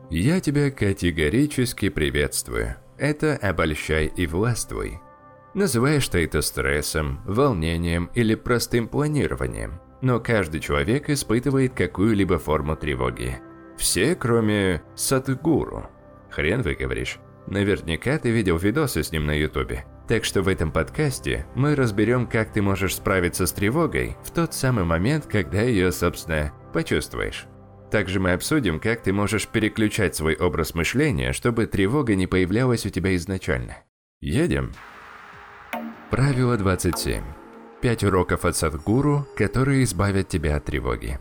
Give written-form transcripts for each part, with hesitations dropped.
Я тебя категорически приветствую. Это «Обольщай и властвуй». Называешь ты это стрессом, волнением или простым планированием, но каждый человек испытывает какую-либо форму тревоги. Все, кроме Садхгуру. Хрен выговоришь. Наверняка ты видел видосы с ним на ютубе. Так что в этом подкасте мы разберем, как ты можешь справиться с тревогой в тот самый момент, когда ее, собственно, почувствуешь. Также мы обсудим, как ты можешь переключать свой образ мышления, чтобы тревога не появлялась у тебя изначально. Едем? Правило 27. 5 уроков от Садхгуру, которые избавят тебя от тревоги.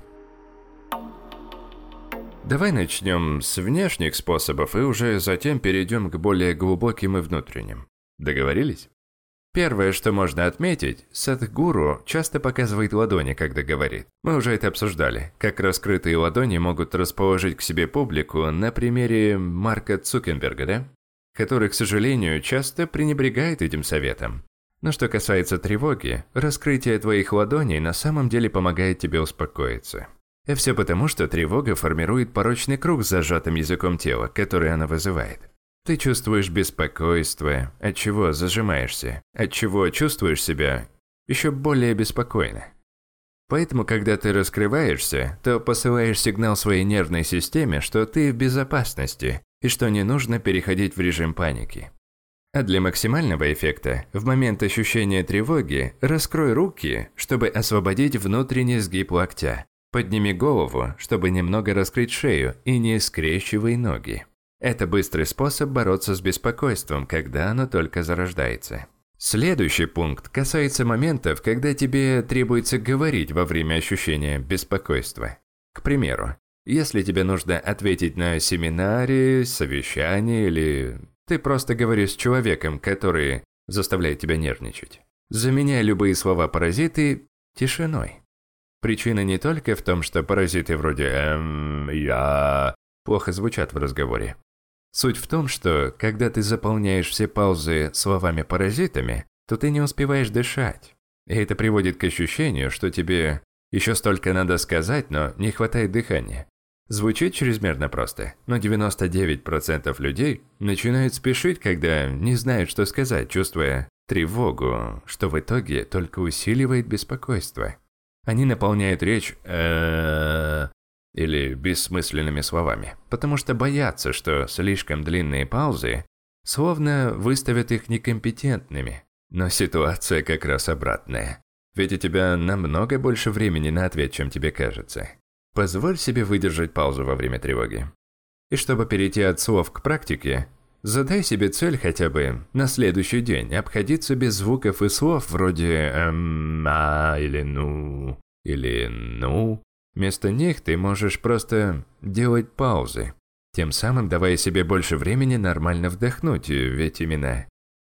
Давай начнем с внешних способов и уже затем перейдем к более глубоким и внутренним. Договорились? Первое, что можно отметить, Садхгуру часто показывает ладони, когда говорит. Мы уже это обсуждали, как раскрытые ладони могут расположить к себе публику на примере Марка Цукерберга, да? Который, к сожалению, часто пренебрегает этим советом. Но что касается тревоги, раскрытие твоих ладоней на самом деле помогает тебе успокоиться. И все потому, что тревога формирует порочный круг с зажатым языком тела, который она вызывает. Ты чувствуешь беспокойство, от чего зажимаешься, от чего чувствуешь себя еще более беспокойно. Поэтому, когда ты раскрываешься, то посылаешь сигнал своей нервной системе, что ты в безопасности и что не нужно переходить в режим паники. А для максимального эффекта, в момент ощущения тревоги, раскрой руки, чтобы освободить внутренний сгиб локтя. Подними голову, чтобы немного раскрыть шею, и не скрещивай ноги. Это быстрый способ бороться с беспокойством, когда оно только зарождается. Следующий пункт касается моментов, когда тебе требуется говорить во время ощущения беспокойства. К примеру, если тебе нужно ответить на семинаре, совещании или ты просто говоришь с человеком, который заставляет тебя нервничать. Заменяй любые слова-паразиты тишиной. Причина не только в том, что паразиты вроде «я» плохо звучат в разговоре. Суть в том, что, когда ты заполняешь все паузы словами-паразитами, то ты не успеваешь дышать. И это приводит к ощущению, что тебе еще столько надо сказать, но не хватает дыхания. Звучит чрезмерно просто, но 99% людей начинают спешить, когда не знают, что сказать, чувствуя тревогу, что в итоге только усиливает беспокойство. Они наполняют речь или бессмысленными словами, потому что боятся, что слишком длинные паузы словно выставят их некомпетентными. Но ситуация как раз обратная. Ведь у тебя намного больше времени на ответ, чем тебе кажется. Позволь себе выдержать паузу во время тревоги. И чтобы перейти от слов к практике, задай себе цель хотя бы на следующий день обходиться без звуков и слов вроде или «ну» или «ну». Вместо них ты можешь просто делать паузы, тем самым давая себе больше времени нормально вдохнуть, ведь именно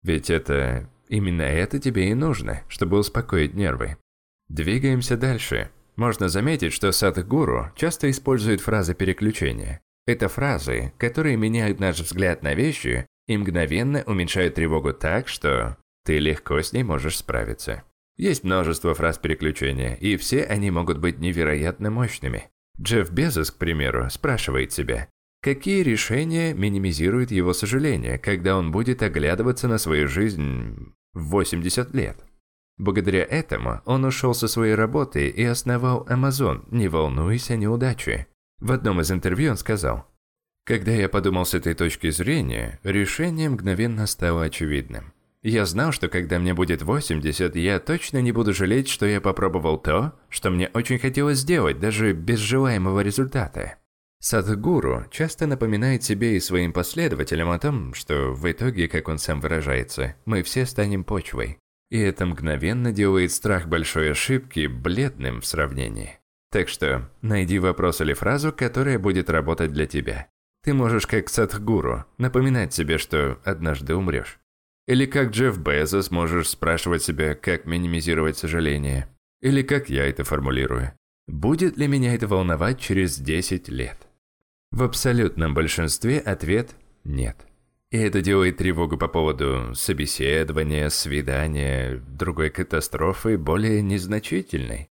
это тебе и нужно, чтобы успокоить нервы. Двигаемся дальше. Можно заметить, что Садхгуру часто использует фразы переключения. Это фразы, которые меняют наш взгляд на вещи и мгновенно уменьшают тревогу так, что ты легко с ней можешь справиться. Есть множество фраз переключения, и все они могут быть невероятно мощными. Джефф Безос, к примеру, спрашивает себя, какие решения минимизируют его сожаление, когда он будет оглядываться на свою жизнь в 80 лет. Благодаря этому он ушел со своей работы и основал Amazon, не волнуясь о неудаче. В одном из интервью он сказал, «Когда я подумал с этой точки зрения, решение мгновенно стало очевидным. Я знал, что когда мне будет 80, я точно не буду жалеть, что я попробовал то, что мне очень хотелось сделать, даже без желаемого результата». Садхгуру часто напоминает себе и своим последователям о том, что в итоге, как он сам выражается, мы все станем почвой. И это мгновенно делает страх большой ошибки бледным в сравнении. Так что найди вопрос или фразу, которая будет работать для тебя. Ты можешь, как Садхгуру, напоминать себе, что однажды умрешь. Или как Джефф Безос можешь спрашивать себя, как минимизировать сожаление. Или как я это формулирую. Будет ли меня это волновать через 10 лет? В абсолютном большинстве ответ – нет. И это делает тревогу по поводу собеседования, свидания, другой катастрофы более незначительной.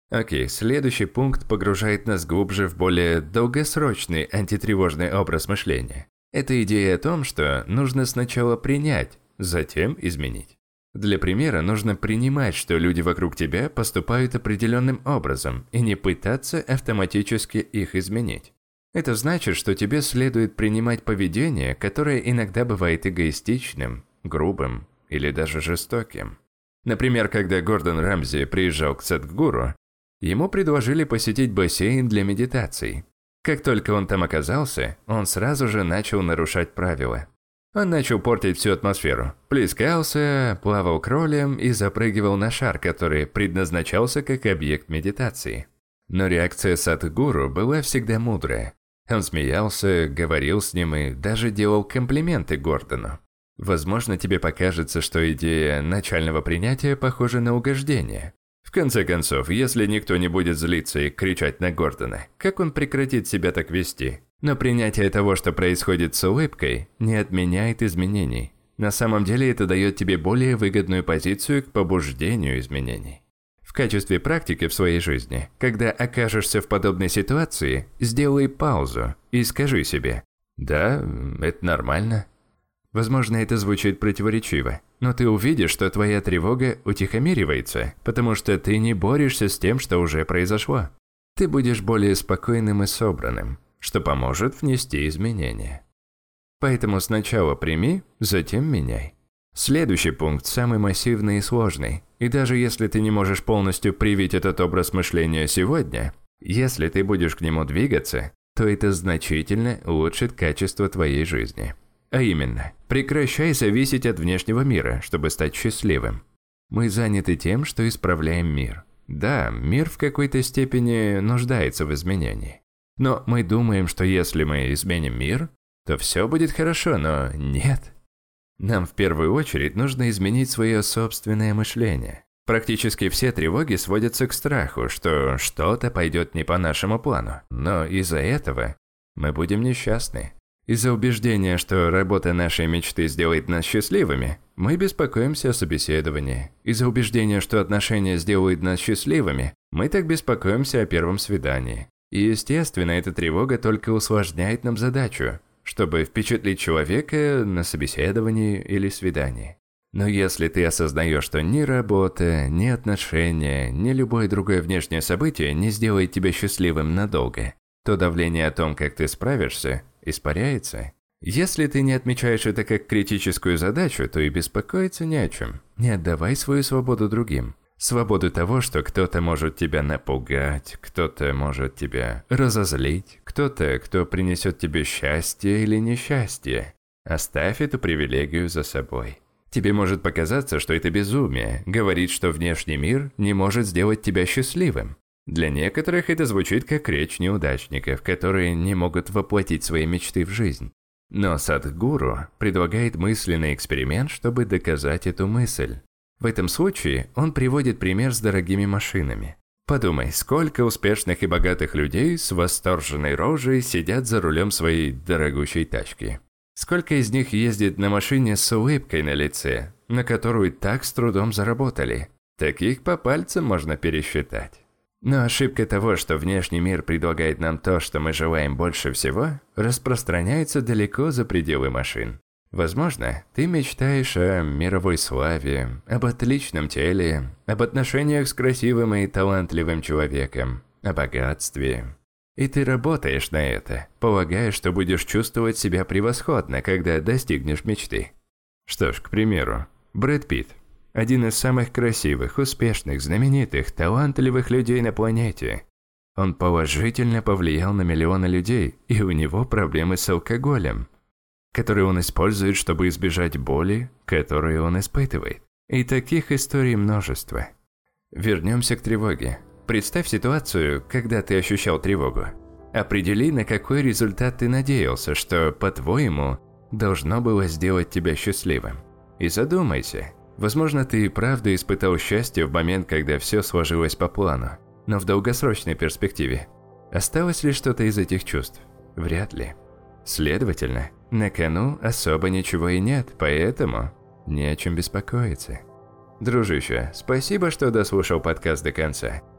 Окей, следующий пункт погружает нас глубже в более долгосрочный антитревожный образ мышления. Это идея о том, что нужно сначала принять, затем изменить. Для примера, нужно принимать, что люди вокруг тебя поступают определенным образом, и не пытаться автоматически их изменить. Это значит, что тебе следует принимать поведение, которое иногда бывает эгоистичным, грубым или даже жестоким. Например, когда Гордон Рамзи приезжал к Садхгуру, ему предложили посетить бассейн для медитаций. Как только он там оказался, он сразу же начал нарушать правила. Он начал портить всю атмосферу. Плескался, плавал кролем и запрыгивал на шар, который предназначался как объект медитации. Но реакция Садхгуру была всегда мудрая. Он смеялся, говорил с ним и даже делал комплименты Гордону. Возможно, тебе покажется, что идея начального принятия похожа на угождение. В конце концов, если никто не будет злиться и кричать на Гордона, как он прекратит себя так вести? Но принятие того, что происходит с улыбкой, не отменяет изменений. На самом деле это дает тебе более выгодную позицию к побуждению изменений. В качестве практики в своей жизни, когда окажешься в подобной ситуации, сделай паузу и скажи себе: «Да, это нормально». Возможно, это звучит противоречиво, но ты увидишь, что твоя тревога утихомиривается, потому что ты не борешься с тем, что уже произошло. Ты будешь более спокойным и собранным, что поможет внести изменения. Поэтому сначала прими, затем меняй. Следующий пункт самый массивный и сложный, и даже если ты не можешь полностью привить этот образ мышления сегодня, если ты будешь к нему двигаться, то это значительно улучшит качество твоей жизни. А именно, прекращай зависеть от внешнего мира, чтобы стать счастливым. Мы заняты тем, что исправляем мир. Да, мир в какой-то степени нуждается в изменении. Но мы думаем, что если мы изменим мир, то все будет хорошо, но нет. Нам в первую очередь нужно изменить свое собственное мышление. Практически все тревоги сводятся к страху, что что-то пойдет не по нашему плану. Но из-за этого мы будем несчастны. Из-за убеждения, что работа нашей мечты сделает нас счастливыми, мы беспокоимся о собеседовании. Из-за убеждения, что отношения сделают нас счастливыми, мы так беспокоимся о первом свидании. И естественно, эта тревога только усложняет нам задачу, чтобы впечатлить человека на собеседовании или свидании. Но если ты осознаешь, что ни работа, ни отношения, ни любое другое внешнее событие не сделает тебя счастливым надолго, то давление о том, как ты справишься, испаряется. Если ты не отмечаешь это как критическую задачу, то и беспокоиться не о чем. Не отдавай свою свободу другим. Свободу того, что кто-то может тебя напугать, кто-то может тебя разозлить, кто-то, кто принесет тебе счастье или несчастье. Оставь эту привилегию за собой. Тебе может показаться, что это безумие, говорить, что внешний мир не может сделать тебя счастливым. Для некоторых это звучит как речь неудачников, которые не могут воплотить свои мечты в жизнь. Но Садхгуру предлагает мысленный эксперимент, чтобы доказать эту мысль. В этом случае он приводит пример с дорогими машинами. Подумай, сколько успешных и богатых людей с восторженной рожей сидят за рулем своей дорогущей тачки. Сколько из них ездит на машине с улыбкой на лице, на которую так с трудом заработали. Таких по пальцам можно пересчитать. Но ошибка того, что внешний мир предлагает нам то, что мы желаем больше всего, распространяется далеко за пределы машин. Возможно, ты мечтаешь о мировой славе, об отличном теле, об отношениях с красивым и талантливым человеком, о богатстве. И ты работаешь на это, полагая, что будешь чувствовать себя превосходно, когда достигнешь мечты. Что ж, к примеру, Брэд Питт. Один из самых красивых, успешных, знаменитых, талантливых людей на планете. Он положительно повлиял на миллионы людей, и у него проблемы с алкоголем, который он использует, чтобы избежать боли, которую он испытывает. И таких историй множество. Вернемся к тревоге. Представь ситуацию, когда ты ощущал тревогу. Определи, на какой результат ты надеялся, что, по-твоему, должно было сделать тебя счастливым. И задумайся. Возможно, ты и правда испытал счастье в момент, когда все сложилось по плану. Но в долгосрочной перспективе осталось ли что-то из этих чувств? Вряд ли. Следовательно, на кону особо ничего и нет, поэтому не о чем беспокоиться. Дружище, спасибо, что дослушал подкаст до конца.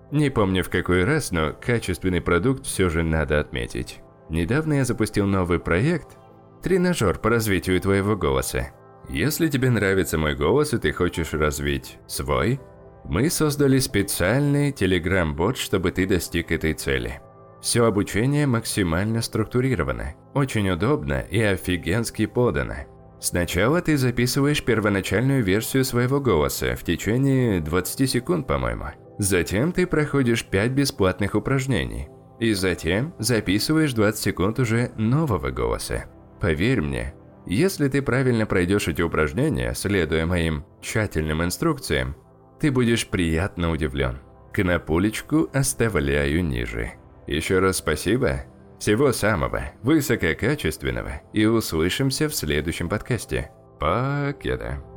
Не помню в какой раз, но качественный продукт все же надо отметить. Недавно я запустил новый проект – тренажер по развитию твоего голоса. Если тебе нравится мой голос и ты хочешь развить свой, мы создали специальный Telegram-бот, чтобы ты достиг этой цели. Все обучение максимально структурировано, очень удобно и офигенски подано. Сначала ты записываешь первоначальную версию своего голоса в течение 20 секунд, по-моему. Затем ты проходишь 5 бесплатных упражнений. И затем записываешь 20 секунд уже нового голоса. Поверь мне, если ты правильно пройдешь эти упражнения, следуя моим тщательным инструкциям, ты будешь приятно удивлен. Конопулечку оставляю ниже. Еще раз спасибо. Всего самого высококачественного и услышимся в следующем подкасте. Покеда.